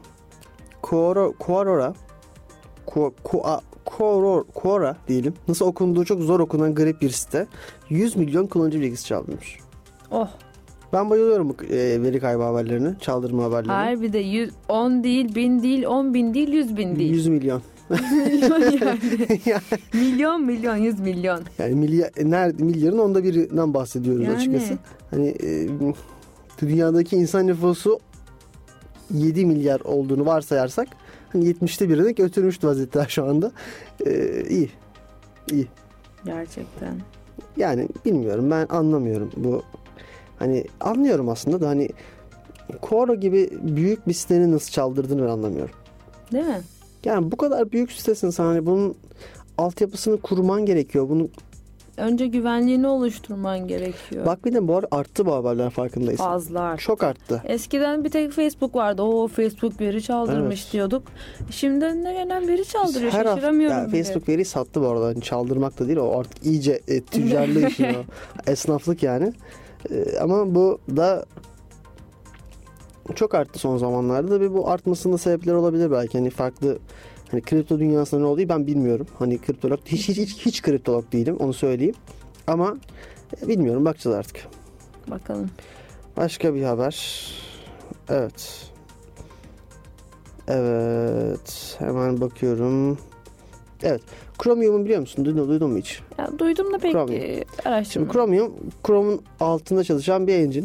Quora diyelim. Nasıl okunduğu çok zor okunan garip bir site. 100 milyon kullanıcı bilgisi çaldırmış. Oh. Ben bayılıyorum bu veri kaybı haberlerine, çaldırma haberlerine. Hayır, bir de 10 değil, 1000 değil, 10.000 değil, 100.000 değil. 100 milyon. milyon, 100 milyon. Yani milyarın onda birinden bahsediyoruz açıkçası. Hani dünyadaki insan nüfusu 7 milyar olduğunu varsayarsak hani 70'te birine götürmüştü vaziyette şu anda. İyi. Gerçekten. Yani bilmiyorum, ben anlamıyorum bu. Hani anlıyorum aslında da hani Quora gibi büyük bir sitenin nasıl çaldırdığını ben anlamıyorum. Değil mi? Yani bu kadar büyük sitesin sen, hani bunun altyapısını kurman gerekiyor. Bunu önce güvenliğini oluşturman gerekiyor. Bak bir de bu arada arttı bu haberler, farkındaysan. Fazla arttı. Çok arttı. Eskiden bir tek Facebook vardı. O Facebook veri çaldırmış diyorduk. Şimdi önüne gelen veri çaldırıyor. Her Şaşıramıyorum hafta, Facebook veriyi sattı bu arada. Hani çaldırmak da değil, o artık iyice tüccarlığı işin o. Esnaflık yani. Ama bu da çok arttı son zamanlarda ve bu artmasının da sebepleri olabilir belki. Hani farklı, hani kripto dünyasında ne oluyor ben bilmiyorum. Hani kriptolog hiç kriptolog değilim, onu söyleyeyim. Ama bilmiyorum, bakacağız artık. Bakalım. Başka bir haber. Evet. Hemen bakıyorum. Evet. Chromium'u biliyor musun? Duydun mu hiç? Ya, duydum da pek Chromium. araştırmadım. Şimdi Chrome'un altında çalışan bir engine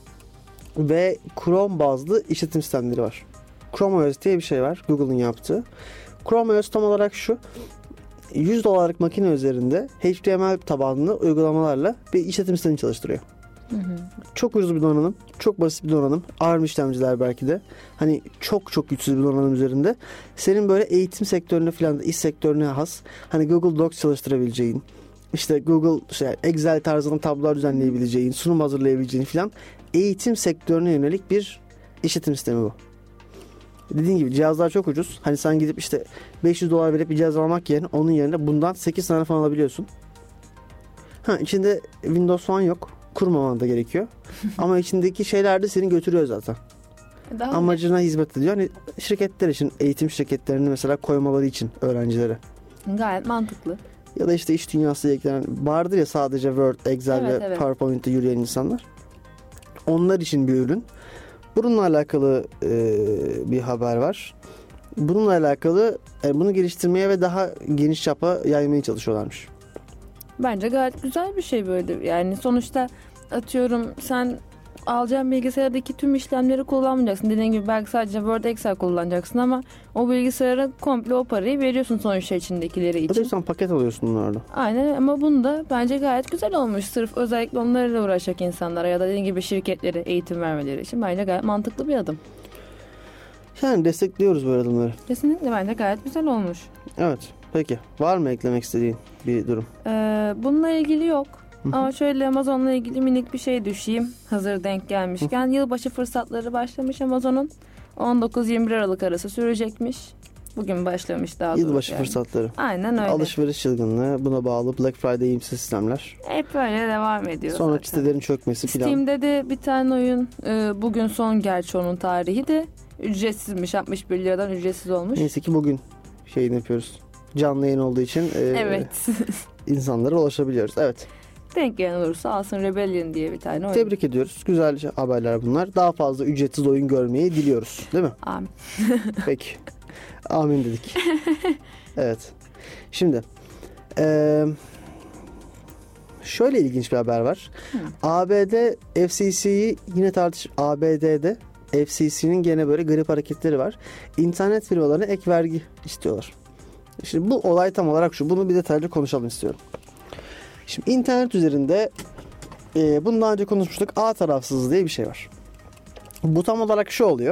ve Chrome bazlı işletim sistemleri var. Chrome OS diye bir şey var, Google'ın yaptığı. Chrome OS tam olarak şu: $100 makine üzerinde HTML tabanlı uygulamalarla bir işletim sistemi çalıştırıyor. Çok ucuz bir donanım, çok basit bir donanım, ARM işlemciler belki de. Hani çok güçsüz bir donanım üzerinde. Senin böyle eğitim sektörüne falan, iş sektörüne has, hani Google Docs çalıştırabileceğin, işte Google Excel tarzında tablolar düzenleyebileceğin, sunum hazırlayabileceğin falan eğitim sektörüne yönelik bir işletim sistemi bu. Dediğim gibi cihazlar çok ucuz. Hani sen gidip işte $500 verip bir cihaz almak yerine onun yerine bundan 8 tane falan alabiliyorsun. İçinde Windows falan yok. Kurmaman da gerekiyor. Ama içindeki şeyler de seni götürüyor zaten. Amacına hizmet ediyor. Hani şirketler için, eğitim şirketlerini mesela koymaları için öğrencilere. Gayet mantıklı. Ya da işte iş dünyasıyla eklenen, vardır ya sadece Word, Excel ve PowerPoint'te yürüyen insanlar. Onlar için bir ürün. Bununla alakalı bir haber var. Bununla alakalı bunu geliştirmeye ve daha geniş çapa yaymaya çalışıyorlarmış. Bence gayet güzel bir şey böyle. Yani sonuçta atıyorum sen alacağın bilgisayardaki tüm işlemleri kullanmayacaksın. Dediğin gibi belki sadece Word, Excel kullanacaksın ama o bilgisayara komple o parayı veriyorsun sonuçta içindekileri için. Sen paket alıyorsun bunlarla. Aynen, ama bunda bence gayet güzel olmuş. Sırf özellikle onlarla uğraşacak insanlara ya da dediğin gibi şirketlere eğitim vermeleri için bence gayet mantıklı bir adım. Yani destekliyoruz böyle adımları. Kesinlikle, bence gayet güzel olmuş. Evet. Peki. Var mı eklemek istediğin bir durum? Bununla ilgili yok. Ama şöyle Amazon'la ilgili minik bir şey düşeyim. Hazır denk gelmişken. Yılbaşı fırsatları başlamış Amazon'un. 19-21 Aralık arası sürecekmiş. Bugün başlamış daha doğrusu. Yılbaşı fırsatları. Aynen öyle. Alışveriş çılgınlığı, buna bağlı Black Friday imsi sistemler. Hep böyle devam ediyor. Sonraki sitelerin çökmesi falan. Steam'de de bir tane oyun bugün son, gerçi onun tarihi de ücretsizmiş. 61 liradan ücretsiz olmuş. Neyse ki bugün şeyini yapıyoruz. Canlı yayın olduğu için evet. insanlara ulaşabiliyoruz. Evet. Denk gelen olursa alsın, Rebellion diye bir tane oyun. Tebrik ediyoruz. Güzel haberler bunlar. Daha fazla ücretsiz oyun görmeyi diliyoruz. Değil mi? Amin. Peki. Amin dedik. Evet. Şimdi şöyle ilginç bir haber var. ABD FCC'yi yine ABD'de FCC'nin gene böyle garip hareketleri var. İnternet firmalarına ek vergi istiyorlar. Şimdi bu olay tam olarak şu. Bunu bir detaylı konuşalım istiyorum. Şimdi internet üzerinde bundan önce konuşmuştuk. Ağ tarafsızlığı diye bir şey var. Bu tam olarak şu oluyor.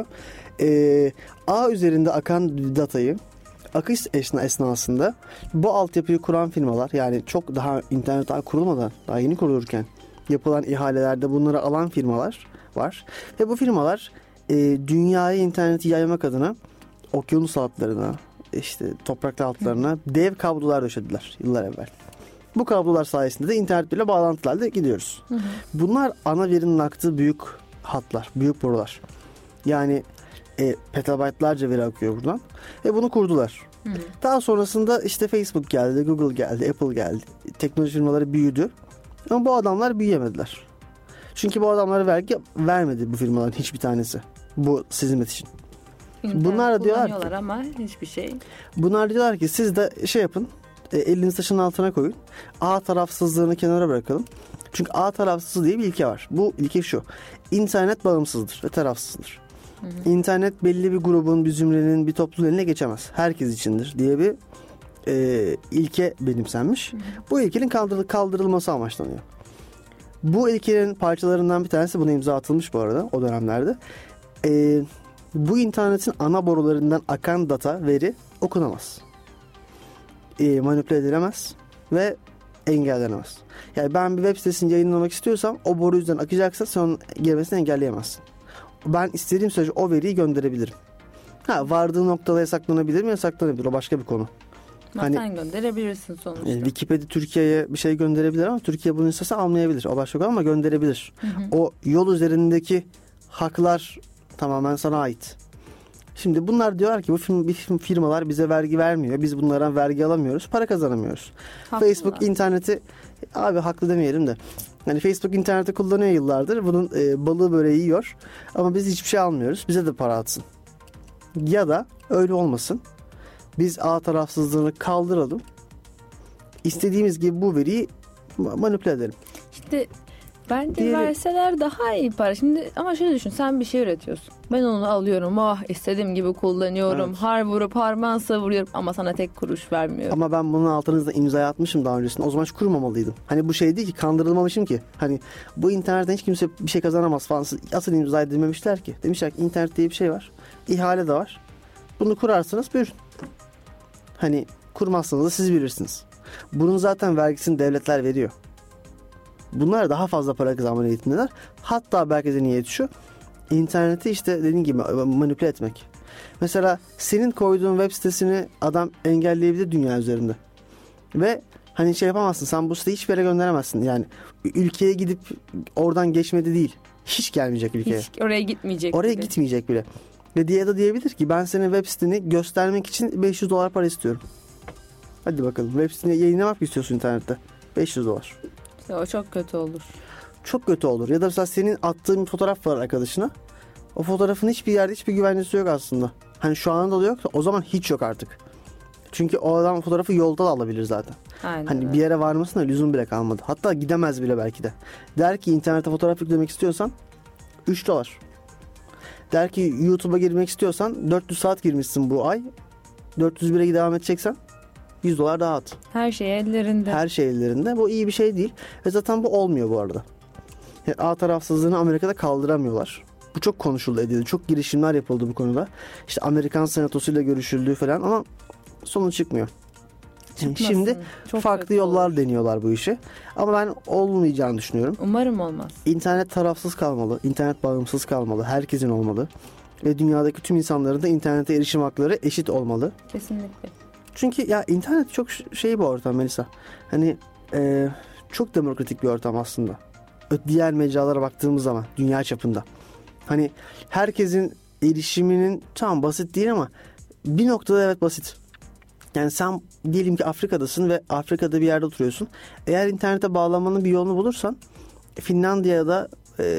Ağ üzerinde akan datayı akış esnasında bu altyapıyı kuran firmalar, yani çok daha internet daha kurulmadan, daha yeni kurulurken yapılan ihalelerde bunları alan firmalar var. Ve bu firmalar dünyaya interneti yaymak adına okyanus altlarına, işte toprak altlarına dev kablolar döşediler yıllar evvel. Bu kablolar sayesinde de internet bile bağlantılarla gidiyoruz. Bunlar ana verinin aktığı büyük hatlar, büyük borular. Yani petabaytlarca veri akıyor buradan. Ve bunu kurdular. Daha sonrasında işte Facebook geldi, Google geldi, Apple geldi. Teknoloji firmaları büyüdü. Ama bu adamlar büyüyemediler. Çünkü bu adamlara vergi vermedi bu firmaların hiçbir tanesi. Bu hizmet için. Bunlar da diyorlar ki, ama hiçbir şey. Bunlar diyorlar ki siz de şey yapın. Elinizi taşın altına koyun. Ağ tarafsızlığını kenara bırakalım. Çünkü ağ tarafsızlığı diye bir ilke var. Bu ilke şu: İnternet bağımsızdır ve tarafsızdır. İnternet belli bir grubun, bir zümrenin, bir topluluğun eline geçemez. Herkes içindir diye bir ilke benimsenmiş. Bu ilkenin kaldırılması amaçlanıyor. Bu ilkenin parçalarından bir tanesi, buna imza atılmış bu arada o dönemlerde. Bu internetin ana borularından akan data, veri okunamaz. Manipüle edilemez ve engellenemez. Yani ben bir web sitesini yayınlamak istiyorsam o boru yüzden akacaksa sen onun gelmesini engelleyemezsin. Ben istediğim sürece o veriyi gönderebilirim. Vardığı noktada yasaklanabilir mi? Yasaklanabilir. O başka bir konu. Sen gönderebilirsin sonuçta. Wikipedia Türkiye'ye bir şey gönderebilir ama Türkiye bunu istese almayabilir. O başka konu ama gönderebilir. O yol üzerindeki haklar Tamamen sana ait. Şimdi bunlar diyorlar ki bu firmalar bize vergi vermiyor. Biz bunlardan vergi alamıyoruz. Para kazanamıyoruz. Haklılar. Facebook interneti, abi haklı demeyelim de. Yani Facebook interneti kullanıyor yıllardır. Bunun balığı böreği yiyor. Ama biz hiçbir şey almıyoruz. Bize de para atsın. Ya da öyle olmasın. Biz ağ tarafsızlığını kaldıralım. İstediğimiz gibi bu veriyi manipüle edelim. İşte bence Diğeri- verseler daha iyi para. Şimdi ama şöyle düşün, sen bir şey üretiyorsun. Ben onu alıyorum, istediğim gibi kullanıyorum. Evet. Har vurup harman savuruyorum ama sana tek kuruş vermiyorum. Ama ben bunun altınızda imza atmışım daha öncesinde. O zaman hiç kurmamalıydım. Hani bu şey değil ki, kandırılmamışım ki. Hani bu internetten hiç kimse bir şey kazanamaz falan. Asıl imzayı dememişler ki. Demişler ki internet diye bir şey var. İhale de var. Bunu kurarsanız buyurun. Hani kurmazsanız da siz bilirsiniz. Bunun zaten vergisini devletler veriyor. Bunlar daha fazla para kazanma niyetindeler. Hatta belki de niyet şu. İnterneti işte dediğin gibi manipüle etmek. Mesela senin koyduğun web sitesini adam engelleyebilir dünya üzerinde. Ve hani şey yapamazsın. Sen bu siteyi hiçbir yere gönderemezsin. Yani ülkeye gidip oradan geçmedi değil. Hiç gelmeyecek ülkeye. Hiç oraya gitmeyecek. Oraya bile. gitmeyecek bile. Ve diye de diyebilir ki ben senin web siteni göstermek için $500 para istiyorum. Hadi bakalım. Web siteni yayınlamak mı istiyorsun internette? $500. İşte o çok kötü olur. Çok kötü olur. Ya da mesela senin attığın bir fotoğraf var arkadaşına. O fotoğrafın hiçbir yerde hiçbir güvencesi yok aslında. Hani şu anda da yok da o zaman hiç yok artık. Çünkü o adam fotoğrafı yolda da alabilir zaten. Aynen. Hani öyle. bir yere varmasına lüzum bile kalmadı. Hatta gidemez bile belki de. Der ki internete fotoğraf yüklemek istiyorsan $3. Der ki YouTube'a girmek istiyorsan 400 saat girmişsin bu ay. 401'e devam edeceksen $100 daha at. Her şey ellerinde. Her şey ellerinde. Bu iyi bir şey değil. Ve zaten bu olmuyor bu arada. Ağ tarafsızlığını Amerika'da kaldıramıyorlar. Bu çok konuşuldu, edildi. Çok girişimler yapıldı bu konuda. İşte Amerikan senatosuyla görüşüldüğü falan ama sonu çıkmıyor. Çıkmasın. Şimdi Çok farklı kötü yollar olur. deniyorlar bu işi. Ama ben olmayacağını düşünüyorum. Umarım olmaz. İnternet tarafsız kalmalı. İnternet bağımsız kalmalı. Herkesin olmalı. Ve dünyadaki tüm insanların da internete erişim hakları eşit olmalı. Kesinlikle. Çünkü ya internet çok şey bir ortam Melisa. Hani çok demokratik bir ortam aslında. Diğer mecralara baktığımız zaman dünya çapında. Hani herkesin erişiminin tam basit değil ama bir noktada evet basit. Yani sen diyelim ki Afrika'dasın ve Afrika'da bir yerde oturuyorsun. Eğer internete bağlanmanın bir yolunu bulursan Finlandiya'da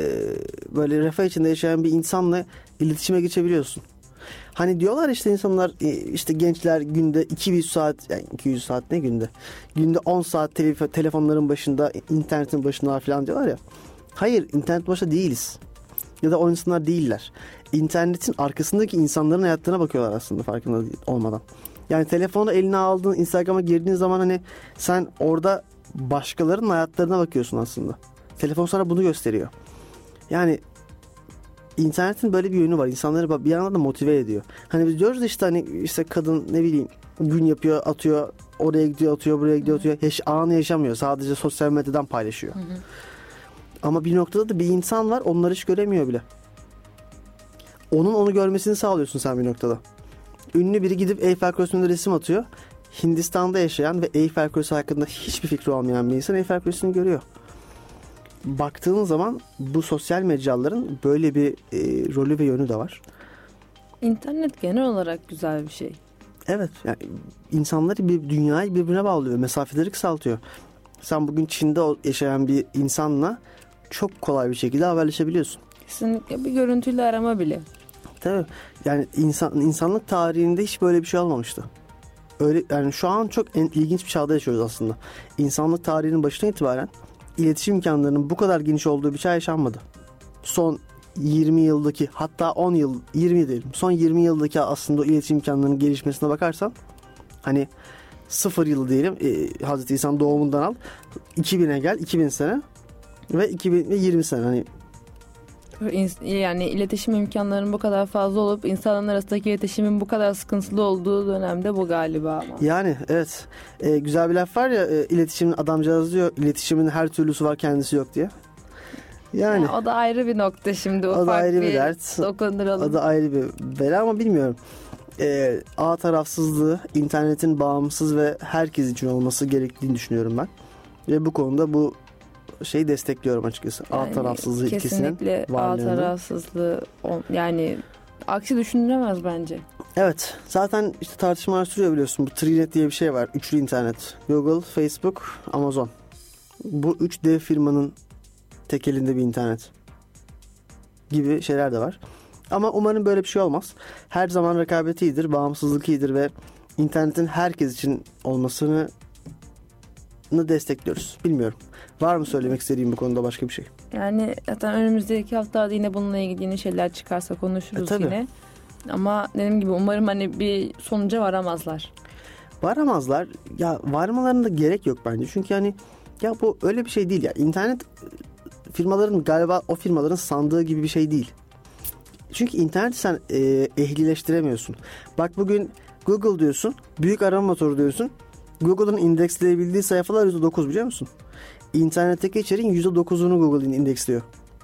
böyle refah içinde yaşayan bir insanla iletişime geçebiliyorsun. Hani diyorlar işte insanlar işte gençler günde 200 saat yani 200 saat ne günde? Günde 10 saat telefonların başında, internetin başında falan diyorlar ya. Hayır, internet başında değiliz. Ya da o insanlar değiller. İnternetin arkasındaki insanların hayatlarına bakıyorlar aslında farkında olmadan. Yani telefonu eline aldığın, Instagram'a girdiğin zaman hani sen orada başkalarının hayatlarına bakıyorsun aslında. Telefon sana bunu gösteriyor. Yani İnternetin böyle bir yönü var. İnsanları bir yandan da motive ediyor. Hani biz diyoruz işte hani işte kadın ne bileyim gün yapıyor, atıyor, oraya gidiyor, atıyor, buraya gidiyor, atıyor. Anı yaşamıyor. Sadece sosyal medyadan paylaşıyor. Hı hı. Ama bir noktada da bir insan var, onları hiç göremiyor bile. Onun onu görmesini sağlıyorsun sen bir noktada. Ünlü biri gidip Eyfel Kulesi'nde resim atıyor. Hindistan'da yaşayan ve Eyfel Kulesi hakkında hiçbir fikri olmayan bir insan Eyfel Kulesi'ni görüyor. Baktığın zaman bu sosyal mecraların böyle bir rolü ve yönü de var. İnternet genel olarak güzel bir şey. Evet, yani insanları dünyayı birbirine bağlıyor, mesafeleri kısaltıyor. Sen bugün Çin'de yaşayan bir insanla çok kolay bir şekilde haberleşebiliyorsun. Kesinlikle bir görüntüyle arama bile. Tabii. Yani insanlık tarihinde hiç böyle bir şey olmamıştı. Öyle yani şu an çok ilginç bir çağda yaşıyoruz aslında. İnsanlık tarihinin başından itibaren iletişim imkanlarının bu kadar geniş olduğu bir çağ yaşanmadı. Son 20 yıldaki hatta 10 yıl 20 diyelim. Son 20 yıldaki aslında o iletişim imkanlarının gelişmesine bakarsan hani 0 yıl diyelim Hazreti İsa'nın doğumundan al 2000'e gel 2000 sene ve 2020 sene hani Yani iletişim imkanlarının bu kadar fazla olup insanların arasındaki iletişimin bu kadar sıkıntılı olduğu dönemde bu galiba ama. yani evet güzel bir laf var ya iletişimin adamcağız diyor iletişimin her türlüsü var kendisi yok diye. Yani O da ayrı bir nokta şimdi. o da ayrı bir dert. Dokunduralım. O da ayrı bir bela ama bilmiyorum. Ağ tarafsızlığı, internetin bağımsız ve herkes için olması gerektiğini düşünüyorum ben. Ve bu konuda bu şeyi destekliyorum açıkçası. Ağ tarafsızlığı ilkesinin kesinlikle ağ varlığını. tarafsızlığı yani aksi düşünülemez bence. Evet. Zaten işte tartışmalar sürüyor biliyorsun. Bu Trinet diye bir şey var. Üçlü internet. Google, Facebook, Amazon. Bu 3 dev firmanın tek elinde bir internet gibi şeyler de var. Ama umarım böyle bir şey olmaz. Her zaman rekabet iyidir, bağımsızlık iyidir ve internetin herkes için olmasını destekliyoruz. Bilmiyorum. Var mı söylemek istediğim bu konuda başka bir şey? Yani zaten önümüzdeki haftada yine bununla ilgili yeni şeyler çıkarsa konuşuruz tabii. yine. Ama dediğim gibi umarım hani bir sonuca varamazlar. Varamazlar. Ya varmalarına da gerek yok bence. Çünkü yani ya bu öyle bir şey değil ya. İnternet firmaların galiba o firmaların sandığı gibi bir şey değil. Çünkü interneti sen ehlileştiremiyorsun. Bak bugün Google diyorsun. Büyük arama motoru diyorsun. Google'ın indeksleyebildiği sayfalar %9 biliyor musun? İnternetteki içeriğin %9'unu Google indeksliyor.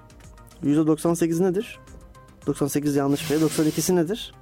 %98 nedir? 98 yanlış bir şey. 92'si nedir?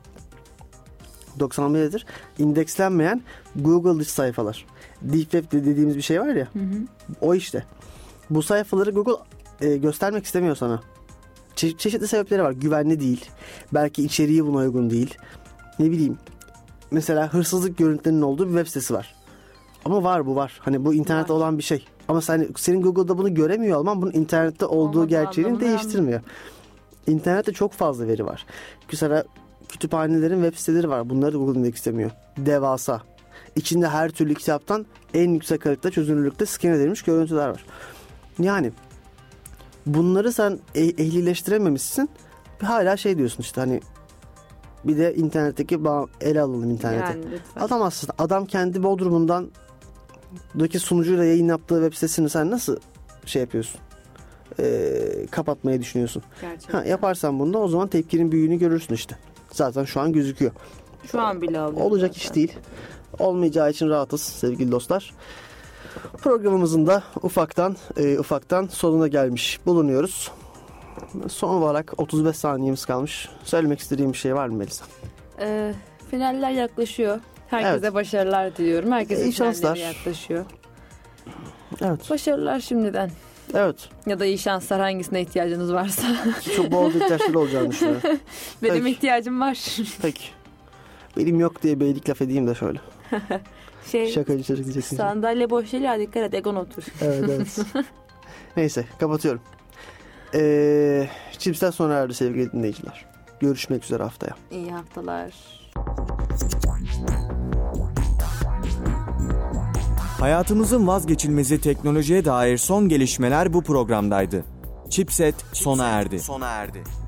91 nedir? İndekslenmeyen Google dışı sayfalar. Deep Web dediğimiz bir şey var ya. O işte. Bu sayfaları Google göstermek istemiyor sana. Çeşitli sebepleri var. Güvenli değil. Belki içeriği buna uygun değil. Ne bileyim. Mesela hırsızlık görüntülerinin olduğu bir web sitesi var. Ama var bu var. Hani bu internette olan bir şey. Ama senin Google'da bunu göremiyor olman bunun internette olduğu gerçeğini değiştirmiyor. İnternette çok fazla veri var. Mesela kütüphanelerin web siteleri var. Bunları Google indekslemiyor. Devasa. İçinde her türlü kitaptan en yüksek kalitede çözünürlükte scan edilmiş görüntüler var. Yani bunları sen ehlileştirememişsin. Hala şey diyorsun işte hani bir de internetteki ele alalım internete. Yani lütfen. Adam kendi Bodrum'undan daki sunucuyla yayın yaptığı web sitesini sen nasıl şey yapıyorsun? Kapatmayı düşünüyorsun. Gerçekten. Yaparsan bunu da o zaman tepkinin büyüğünü görürsün işte. Zaten şu an gözüküyor. Şu an bile alıyor. Olacak zaten. iş değil. Olmayacağı için rahatız sevgili dostlar. Programımızın da ufaktan sonuna gelmiş bulunuyoruz. Son olarak 35 saniyemiz kalmış. Söylemek istediğim bir şey var mı Melisa? Finaller yaklaşıyor. Herkese başarılar diliyorum. Herkese İyi şanslar. finalleri yaklaşıyor. Evet. Başarılar şimdiden. Evet. Ya da iyi şanslar, hangisine ihtiyacınız varsa. Çok bol ihtiyaçları olacağını düşünüyorum. Benim Peki. ihtiyacım var. Peki. Benim yok diye beylik laf edeyim de şöyle. Şakacı çocuk diyeceksin. Sandalye boş değil ya, dikkat et, Egon otur. Evet. Neyse kapatıyorum. Chips'ten sonra erdi sevgili dinleyiciler. Görüşmek üzere haftaya. İyi haftalar. Hayatımızın vazgeçilmezi teknolojiye dair son gelişmeler bu programdaydı. Chipset sona erdi.